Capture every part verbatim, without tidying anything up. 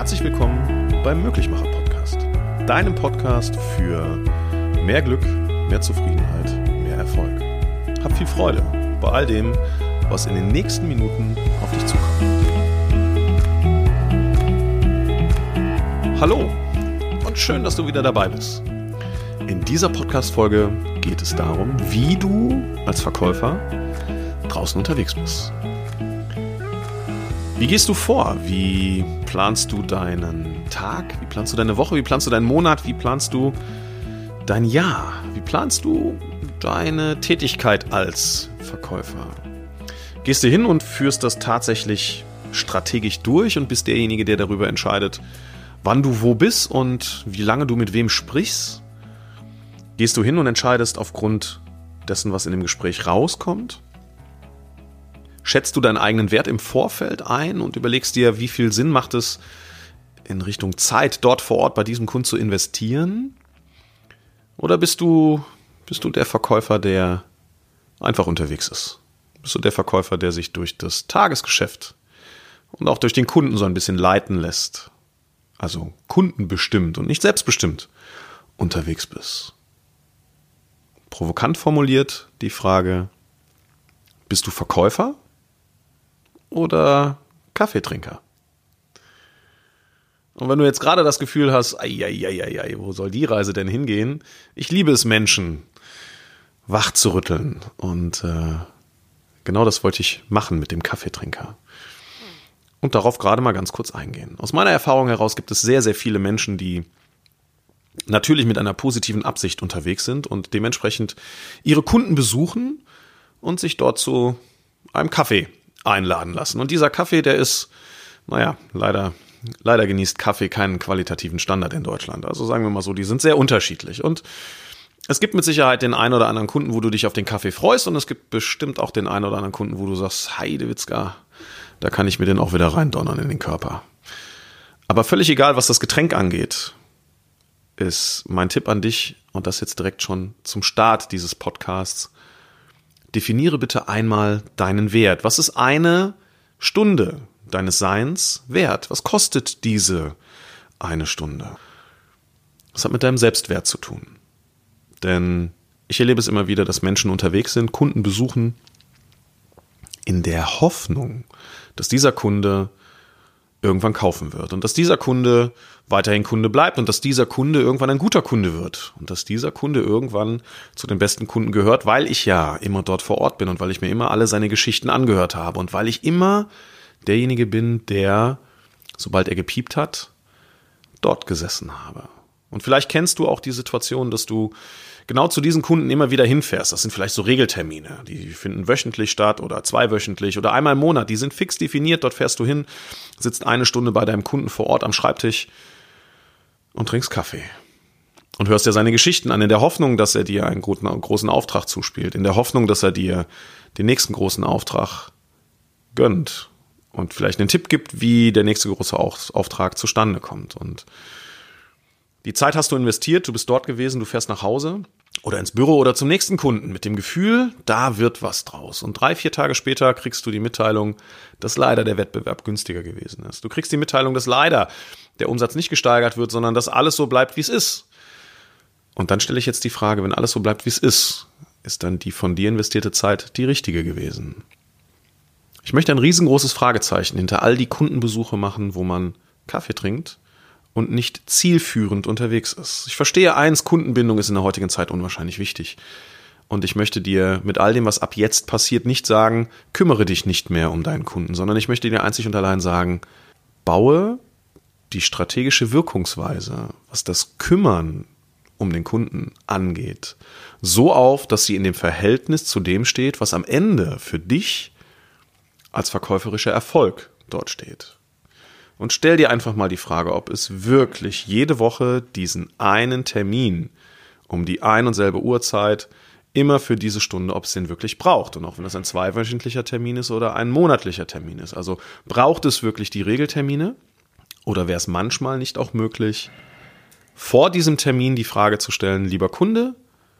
Herzlich willkommen beim Möglichmacher-Podcast. Deinem Podcast für mehr Glück, mehr Zufriedenheit, mehr Erfolg. Hab viel Freude bei all dem, was in den nächsten Minuten auf dich zukommt. Hallo und schön, dass du wieder dabei bist. In dieser Podcast-Folge geht es darum, wie du als Verkäufer draußen unterwegs bist. Wie gehst du vor? Wie planst du deinen Tag? Wie planst du deine Woche? Wie planst du deinen Monat? Wie planst du dein Jahr? Wie planst du deine Tätigkeit als Verkäufer? Gehst du hin und führst das tatsächlich strategisch durch und bist derjenige, der darüber entscheidet, wann du wo bist und wie lange du mit wem sprichst? Gehst du hin und entscheidest aufgrund dessen, was in dem Gespräch rauskommt? Schätzt du deinen eigenen Wert im Vorfeld ein und überlegst dir, wie viel Sinn macht es, in Richtung Zeit dort vor Ort bei diesem Kunden zu investieren? Oder bist du, bist du der Verkäufer, der einfach unterwegs ist? Bist du der Verkäufer, der sich durch das Tagesgeschäft und auch durch den Kunden so ein bisschen leiten lässt? Also kundenbestimmt und nicht selbstbestimmt unterwegs bist. Provokant formuliert die Frage: Bist du Verkäufer oder Kaffeetrinker? Und wenn du jetzt gerade das Gefühl hast, ei, ei, ei, ei, ei, wo soll die Reise denn hingehen? Ich liebe es, Menschen wach zu rütteln. Und äh, genau das wollte ich machen mit dem Kaffeetrinker. Und darauf gerade mal ganz kurz eingehen. Aus meiner Erfahrung heraus gibt es sehr, sehr viele Menschen, die natürlich mit einer positiven Absicht unterwegs sind und dementsprechend ihre Kunden besuchen und sich dort zu einem Kaffee einladen lassen. Und dieser Kaffee, der ist, naja, leider, leider genießt Kaffee keinen qualitativen Standard in Deutschland. Also sagen wir mal so, die sind sehr unterschiedlich. Und es gibt mit Sicherheit den einen oder anderen Kunden, wo du dich auf den Kaffee freust, und es gibt bestimmt auch den einen oder anderen Kunden, wo du sagst, Heidewitzka, da kann ich mir den auch wieder reindonnern in den Körper. Aber völlig egal, was das Getränk angeht, ist mein Tipp an dich, und das jetzt direkt schon zum Start dieses Podcasts: Definiere bitte einmal deinen Wert. Was ist eine Stunde deines Seins wert? Was kostet diese eine Stunde? Das hat mit deinem Selbstwert zu tun. Denn ich erlebe es immer wieder, dass Menschen unterwegs sind, Kunden besuchen, in der Hoffnung, dass dieser Kunde irgendwann kaufen wird und dass dieser Kunde weiterhin Kunde bleibt und dass dieser Kunde irgendwann ein guter Kunde wird und dass dieser Kunde irgendwann zu den besten Kunden gehört, weil ich ja immer dort vor Ort bin und weil ich mir immer alle seine Geschichten angehört habe und weil ich immer derjenige bin, der, sobald er gepiept hat, dort gesessen habe. Und vielleicht kennst du auch die Situation, dass du genau zu diesen Kunden immer wieder hinfährst. Das sind vielleicht so Regeltermine, die finden wöchentlich statt oder zweiwöchentlich oder einmal im Monat. Die sind fix definiert, dort fährst du hin, sitzt eine Stunde bei deinem Kunden vor Ort am Schreibtisch und trinkst Kaffee. Und hörst dir seine Geschichten an, in der Hoffnung, dass er dir einen großen Auftrag zuspielt, in der Hoffnung, dass er dir den nächsten großen Auftrag gönnt und vielleicht einen Tipp gibt, wie der nächste große Auftrag zustande kommt. Und die Zeit hast du investiert, du bist dort gewesen, du fährst nach Hause oder ins Büro oder zum nächsten Kunden mit dem Gefühl, da wird was draus. Und drei, vier Tage später kriegst du die Mitteilung, dass leider der Wettbewerb günstiger gewesen ist. Du kriegst die Mitteilung, dass leider der Umsatz nicht gesteigert wird, sondern dass alles so bleibt, wie es ist. Und dann stelle ich jetzt die Frage, wenn alles so bleibt, wie es ist, ist dann die von dir investierte Zeit die richtige gewesen? Ich möchte ein riesengroßes Fragezeichen hinter all die Kundenbesuche machen, wo man Kaffee trinkt und nicht zielführend unterwegs ist. Ich verstehe eins, Kundenbindung ist in der heutigen Zeit unwahrscheinlich wichtig. Und ich möchte dir mit all dem, was ab jetzt passiert, nicht sagen, kümmere dich nicht mehr um deinen Kunden, sondern ich möchte dir einzig und allein sagen, baue die strategische Wirkungsweise, was das Kümmern um den Kunden angeht, so auf, dass sie in dem Verhältnis zu dem steht, was am Ende für dich als verkäuferischer Erfolg dort steht. Und stell dir einfach mal die Frage, ob es wirklich jede Woche diesen einen Termin um die ein und selbe Uhrzeit immer für diese Stunde, ob es den wirklich braucht. Und auch wenn das ein zweiwöchentlicher Termin ist oder ein monatlicher Termin ist. Also braucht es wirklich die Regeltermine? Oder wäre es manchmal nicht auch möglich, vor diesem Termin die Frage zu stellen, lieber Kunde,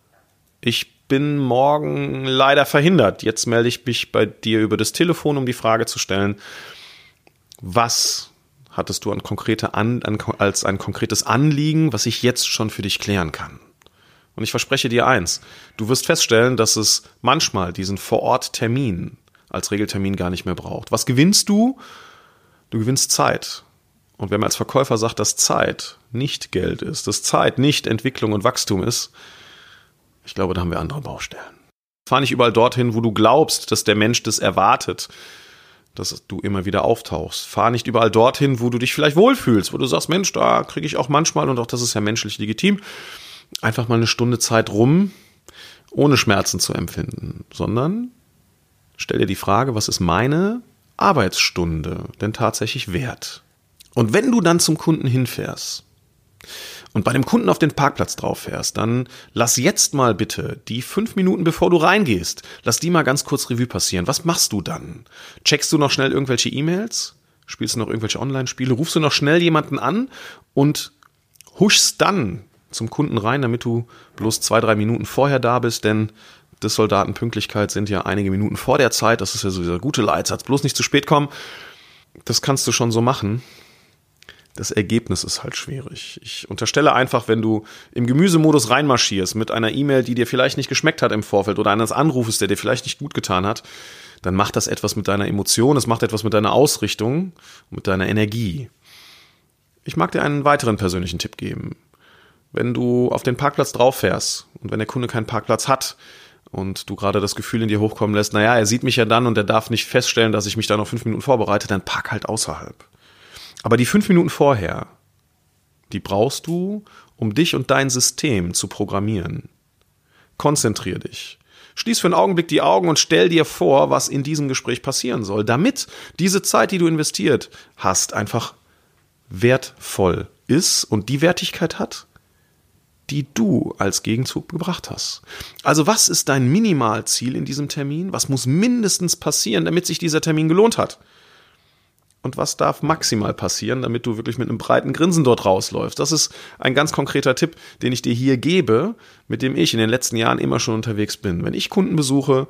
ich bin morgen leider verhindert. Jetzt melde ich mich bei dir über das Telefon, um die Frage zu stellen, was hattest du ein konkrete an, ein, als ein konkretes Anliegen, was ich jetzt schon für dich klären kann? Und ich verspreche dir eins, du wirst feststellen, dass es manchmal diesen Vor-Ort-Termin als Regeltermin gar nicht mehr braucht. Was gewinnst du? Du gewinnst Zeit. Und wenn man als Verkäufer sagt, dass Zeit nicht Geld ist, dass Zeit nicht Entwicklung und Wachstum ist, ich glaube, da haben wir andere Baustellen. Fahr nicht überall dorthin, wo du glaubst, dass der Mensch das erwartet, dass du immer wieder auftauchst. Fahr nicht überall dorthin, wo du dich vielleicht wohlfühlst, wo du sagst, Mensch, da kriege ich auch manchmal, und auch das ist ja menschlich legitim, einfach mal eine Stunde Zeit rum, ohne Schmerzen zu empfinden, sondern stell dir die Frage, was ist meine Arbeitsstunde denn tatsächlich wert? Und wenn du dann zum Kunden hinfährst und bei dem Kunden auf den Parkplatz drauf fährst, dann lass jetzt mal bitte die fünf Minuten, bevor du reingehst, lass die mal ganz kurz Revue passieren. Was machst du dann? Checkst du noch schnell irgendwelche E-Mails? Spielst du noch irgendwelche Online-Spiele? Rufst du noch schnell jemanden an und huschst dann zum Kunden rein, damit du bloß zwei, drei Minuten vorher da bist, denn das Soldatenpünktlichkeit sind ja einige Minuten vor der Zeit, das ist ja so dieser gute Leitsatz, bloß nicht zu spät kommen. Das kannst du schon so machen. Das Ergebnis ist halt schwierig. Ich unterstelle einfach, wenn du im Gemüsemodus reinmarschierst mit einer E-Mail, die dir vielleicht nicht geschmeckt hat im Vorfeld oder eines Anrufes, der dir vielleicht nicht gut getan hat, dann macht das etwas mit deiner Emotion, es macht etwas mit deiner Ausrichtung, mit deiner Energie. Ich mag dir einen weiteren persönlichen Tipp geben. Wenn du auf den Parkplatz drauf fährst und wenn der Kunde keinen Parkplatz hat und du gerade das Gefühl in dir hochkommen lässt, naja, er sieht mich ja dann und er darf nicht feststellen, dass ich mich da noch fünf Minuten vorbereite, dann park halt außerhalb. Aber die fünf Minuten vorher, die brauchst du, um dich und dein System zu programmieren. Konzentrier dich. Schließ für einen Augenblick die Augen und stell dir vor, was in diesem Gespräch passieren soll, damit diese Zeit, die du investiert hast, einfach wertvoll ist und die Wertigkeit hat, die du als Gegenzug gebracht hast. Also was ist dein Minimalziel in diesem Termin? Was muss mindestens passieren, damit sich dieser Termin gelohnt hat? Und was darf maximal passieren, damit du wirklich mit einem breiten Grinsen dort rausläufst? Das ist ein ganz konkreter Tipp, den ich dir hier gebe, mit dem ich in den letzten Jahren immer schon unterwegs bin. Wenn ich Kunden besuche,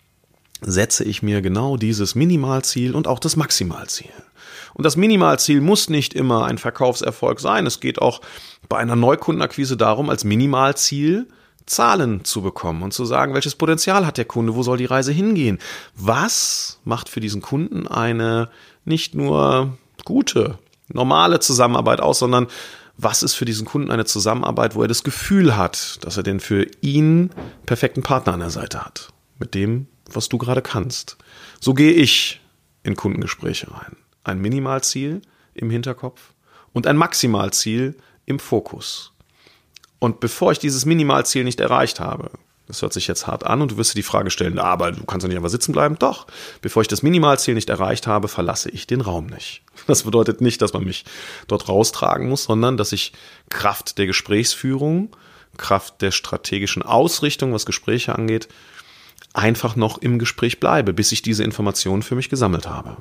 setze ich mir genau dieses Minimalziel und auch das Maximalziel. Und das Minimalziel muss nicht immer ein Verkaufserfolg sein. Es geht auch bei einer Neukundenakquise darum, als Minimalziel Zahlen zu bekommen und zu sagen, welches Potenzial hat der Kunde, wo soll die Reise hingehen? Was macht für diesen Kunden eine nicht nur gute, normale Zusammenarbeit aus, sondern was ist für diesen Kunden eine Zusammenarbeit, wo er das Gefühl hat, dass er den für ihn perfekten Partner an der Seite hat, mit dem, was du gerade kannst. So gehe ich in Kundengespräche rein. Ein Minimalziel im Hinterkopf und ein Maximalziel im Fokus. Und bevor ich dieses Minimalziel nicht erreicht habe, das hört sich jetzt hart an und du wirst dir die Frage stellen, aber du kannst doch nicht einfach sitzen bleiben. Doch, bevor ich das Minimalziel nicht erreicht habe, verlasse ich den Raum nicht. Das bedeutet nicht, dass man mich dort raustragen muss, sondern dass ich Kraft der Gesprächsführung, Kraft der strategischen Ausrichtung, was Gespräche angeht, einfach noch im Gespräch bleibe, bis ich diese Informationen für mich gesammelt habe.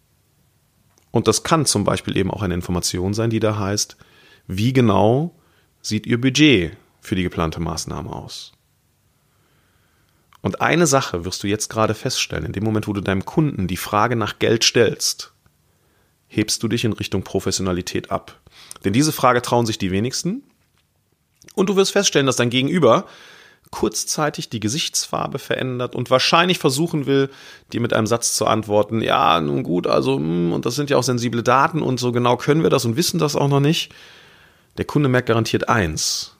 Und das kann zum Beispiel eben auch eine Information sein, die da heißt, wie genau sieht Ihr Budget für die geplante Maßnahme aus? Und eine Sache wirst du jetzt gerade feststellen, in dem Moment, wo du deinem Kunden die Frage nach Geld stellst, hebst du dich in Richtung Professionalität ab. Denn diese Frage trauen sich die wenigsten und du wirst feststellen, dass dein Gegenüber kurzzeitig die Gesichtsfarbe verändert und wahrscheinlich versuchen will, dir mit einem Satz zu antworten, ja, nun gut, also, und das sind ja auch sensible Daten und so genau können wir das und wissen das auch noch nicht. Der Kunde merkt garantiert eins,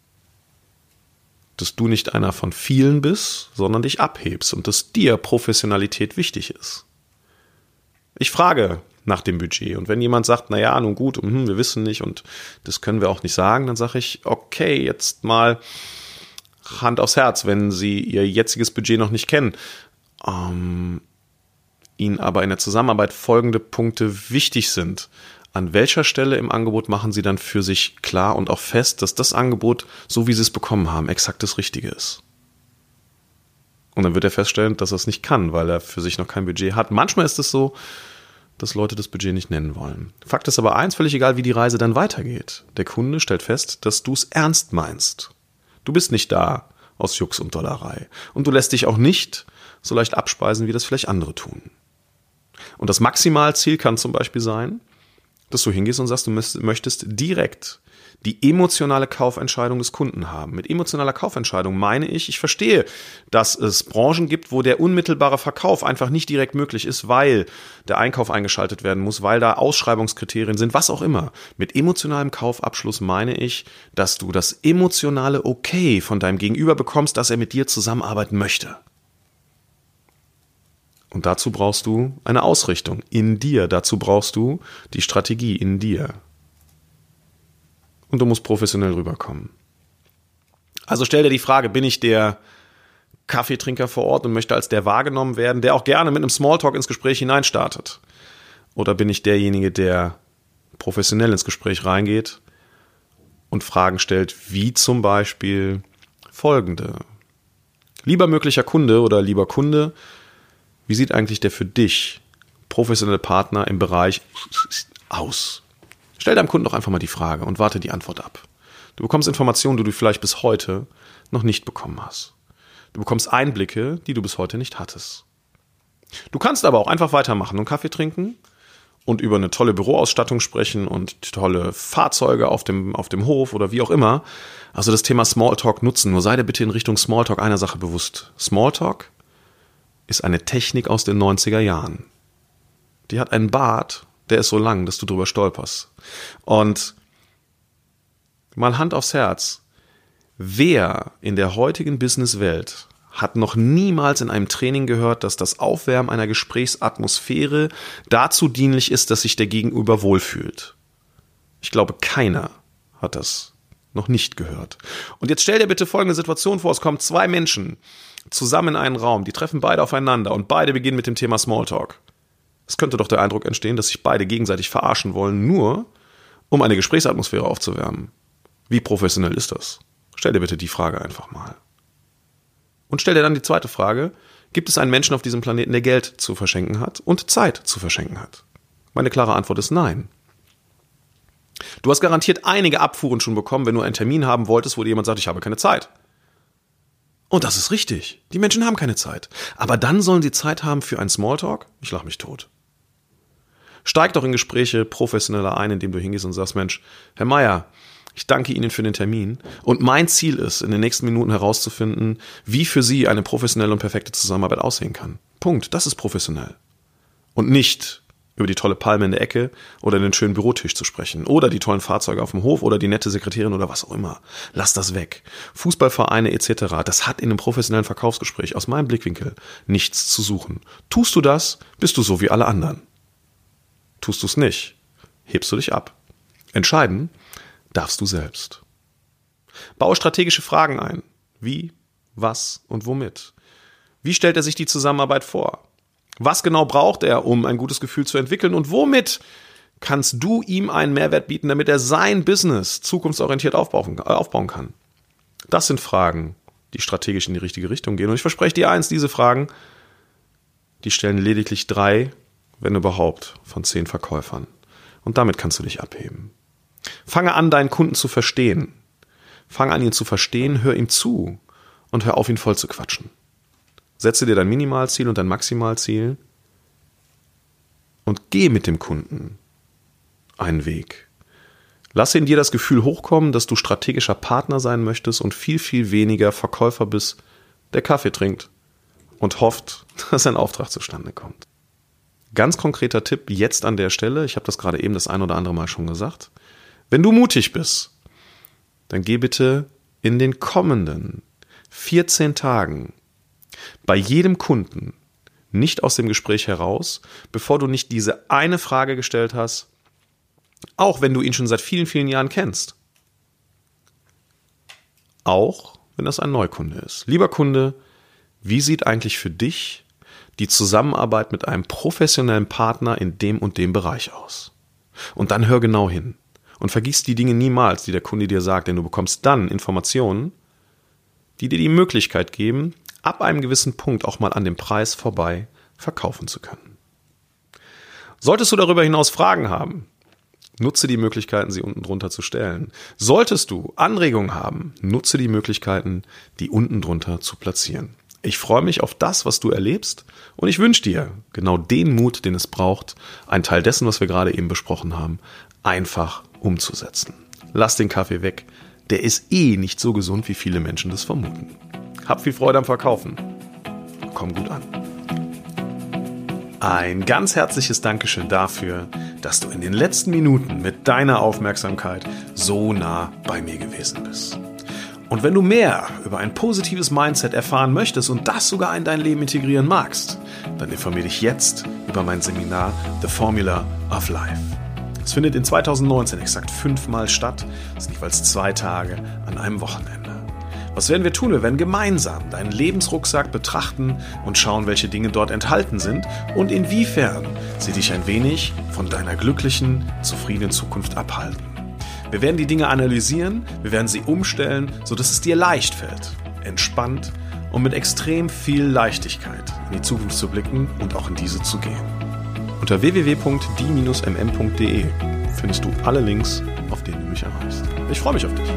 dass du nicht einer von vielen bist, sondern dich abhebst und dass dir Professionalität wichtig ist. Ich frage nach dem Budget und wenn jemand sagt, naja, nun gut, wir wissen nicht und das können wir auch nicht sagen, dann sage ich, okay, jetzt mal Hand aufs Herz, wenn Sie Ihr jetziges Budget noch nicht kennen, ähm, Ihnen aber in der Zusammenarbeit folgende Punkte wichtig sind. An welcher Stelle im Angebot machen Sie dann für sich klar und auch fest, dass das Angebot, so wie Sie es bekommen haben, exakt das Richtige ist? Und dann wird er feststellen, dass er es nicht kann, weil er für sich noch kein Budget hat. Manchmal ist es so, dass Leute das Budget nicht nennen wollen. Fakt ist aber eins, völlig egal, wie die Reise dann weitergeht. Der Kunde stellt fest, dass du es ernst meinst. Du bist nicht da aus Jux und Dollerei. Und du lässt dich auch nicht so leicht abspeisen, wie das vielleicht andere tun. Und das Maximalziel kann zum Beispiel sein, dass du hingehst und sagst, du möchtest direkt die emotionale Kaufentscheidung des Kunden haben. Mit emotionaler Kaufentscheidung meine ich, ich verstehe, dass es Branchen gibt, wo der unmittelbare Verkauf einfach nicht direkt möglich ist, weil der Einkauf eingeschaltet werden muss, weil da Ausschreibungskriterien sind, was auch immer. Mit emotionalem Kaufabschluss meine ich, dass du das emotionale Okay von deinem Gegenüber bekommst, dass er mit dir zusammenarbeiten möchte. Und dazu brauchst du eine Ausrichtung in dir, dazu brauchst du die Strategie in dir. Und du musst professionell rüberkommen. Also stell dir die Frage, bin ich der Kaffeetrinker vor Ort und möchte als der wahrgenommen werden, der auch gerne mit einem Smalltalk ins Gespräch hineinstartet? Oder bin ich derjenige, der professionell ins Gespräch reingeht und Fragen stellt, wie zum Beispiel folgende. Lieber möglicher Kunde oder lieber Kunde, wie sieht eigentlich der für dich professionelle Partner im Bereich aus? Stell deinem Kunden doch einfach mal die Frage und warte die Antwort ab. Du bekommst Informationen, die du vielleicht bis heute noch nicht bekommen hast. Du bekommst Einblicke, die du bis heute nicht hattest. Du kannst aber auch einfach weitermachen und Kaffee trinken und über eine tolle Büroausstattung sprechen und tolle Fahrzeuge auf dem, auf dem Hof oder wie auch immer. Also das Thema Smalltalk nutzen. Nur sei dir bitte in Richtung Smalltalk einer Sache bewusst. Smalltalk ist eine Technik aus den neunziger Jahren. Die hat einen Bart, der ist so lang, dass du drüber stolperst. Und mal Hand aufs Herz, wer in der heutigen Businesswelt hat noch niemals in einem Training gehört, dass das Aufwärmen einer Gesprächsatmosphäre dazu dienlich ist, dass sich der Gegenüber wohlfühlt? Ich glaube, keiner hat das noch nicht gehört. Und jetzt stell dir bitte folgende Situation vor, es kommen zwei Menschen zusammen in einen Raum, die treffen beide aufeinander und beide beginnen mit dem Thema Smalltalk. Es könnte doch der Eindruck entstehen, dass sich beide gegenseitig verarschen wollen, nur um eine Gesprächsatmosphäre aufzuwärmen. Wie professionell ist das? Stell dir bitte die Frage einfach mal. Und stell dir dann die zweite Frage, gibt es einen Menschen auf diesem Planeten, der Geld zu verschenken hat und Zeit zu verschenken hat? Meine klare Antwort ist nein. Du hast garantiert einige Abfuhren schon bekommen, wenn du einen Termin haben wolltest, wo dir jemand sagt, ich habe keine Zeit. Und das ist richtig. Die Menschen haben keine Zeit. Aber dann sollen sie Zeit haben für einen Smalltalk? Ich lach mich tot. Steig doch in Gespräche professioneller ein, indem du hingehst und sagst, Mensch, Herr Meier, ich danke Ihnen für den Termin. Und mein Ziel ist, in den nächsten Minuten herauszufinden, wie für Sie eine professionelle und perfekte Zusammenarbeit aussehen kann. Punkt. Das ist professionell. Und nicht über die tolle Palme in der Ecke oder den schönen Bürotisch zu sprechen oder die tollen Fahrzeuge auf dem Hof oder die nette Sekretärin oder was auch immer. Lass das weg. Fußballvereine et cetera, das hat in einem professionellen Verkaufsgespräch aus meinem Blickwinkel nichts zu suchen. Tust du das, bist du so wie alle anderen. Tust du es nicht, hebst du dich ab. Entscheiden darfst du selbst. Baue strategische Fragen ein. Wie, was und womit? Wie stellt er sich die Zusammenarbeit vor? Was genau braucht er, um ein gutes Gefühl zu entwickeln? Und womit kannst du ihm einen Mehrwert bieten, damit er sein Business zukunftsorientiert aufbauen, äh, aufbauen kann? Das sind Fragen, die strategisch in die richtige Richtung gehen. Und ich verspreche dir eins, diese Fragen, die stellen lediglich drei, wenn überhaupt, von zehn Verkäufern. Und damit kannst du dich abheben. Fange an, deinen Kunden zu verstehen. Fange an, ihn zu verstehen, hör ihm zu und hör auf, ihn voll zu quatschen. Setze dir dein Minimalziel und dein Maximalziel und geh mit dem Kunden einen Weg. Lasse in dir das Gefühl hochkommen, dass du strategischer Partner sein möchtest und viel, viel weniger Verkäufer bist, der Kaffee trinkt und hofft, dass ein Auftrag zustande kommt. Ganz konkreter Tipp jetzt an der Stelle, ich habe das gerade eben das ein oder andere Mal schon gesagt, wenn du mutig bist, dann geh bitte in den kommenden vierzehn Tagen bei jedem Kunden nicht aus dem Gespräch heraus, bevor du nicht diese eine Frage gestellt hast, auch wenn du ihn schon seit vielen, vielen Jahren kennst. Auch wenn das ein Neukunde ist. Lieber Kunde, wie sieht eigentlich für dich die Zusammenarbeit mit einem professionellen Partner in dem und dem Bereich aus? Und dann hör genau hin. Und vergiss die Dinge niemals, die der Kunde dir sagt, denn du bekommst dann Informationen, die dir die Möglichkeit geben, ab einem gewissen Punkt auch mal an dem Preis vorbei verkaufen zu können. Solltest du darüber hinaus Fragen haben, nutze die Möglichkeiten, sie unten drunter zu stellen. Solltest du Anregungen haben, nutze die Möglichkeiten, die unten drunter zu platzieren. Ich freue mich auf das, was du erlebst, und ich wünsche dir genau den Mut, den es braucht, einen Teil dessen, was wir gerade eben besprochen haben, einfach umzusetzen. Lass den Kaffee weg, der ist eh nicht so gesund, wie viele Menschen das vermuten. Hab viel Freude am Verkaufen. Komm gut an. Ein ganz herzliches Dankeschön dafür, dass du in den letzten Minuten mit deiner Aufmerksamkeit so nah bei mir gewesen bist. Und wenn du mehr über ein positives Mindset erfahren möchtest und das sogar in dein Leben integrieren magst, dann informiere dich jetzt über mein Seminar The Formula of Life. Es findet in zweitausendneunzehn exakt fünfmal statt, das sind jeweils zwei Tage an einem Wochenende. Was werden wir tun? Wir werden gemeinsam deinen Lebensrucksack betrachten und schauen, welche Dinge dort enthalten sind und inwiefern sie dich ein wenig von deiner glücklichen, zufriedenen Zukunft abhalten. Wir werden die Dinge analysieren, wir werden sie umstellen, sodass es dir leicht fällt, entspannt und mit extrem viel Leichtigkeit in die Zukunft zu blicken und auch in diese zu gehen. Unter w w w punkt die Bindestrich m m punkt d e findest du alle Links, auf denen du mich erreichst. Ich freue mich auf dich.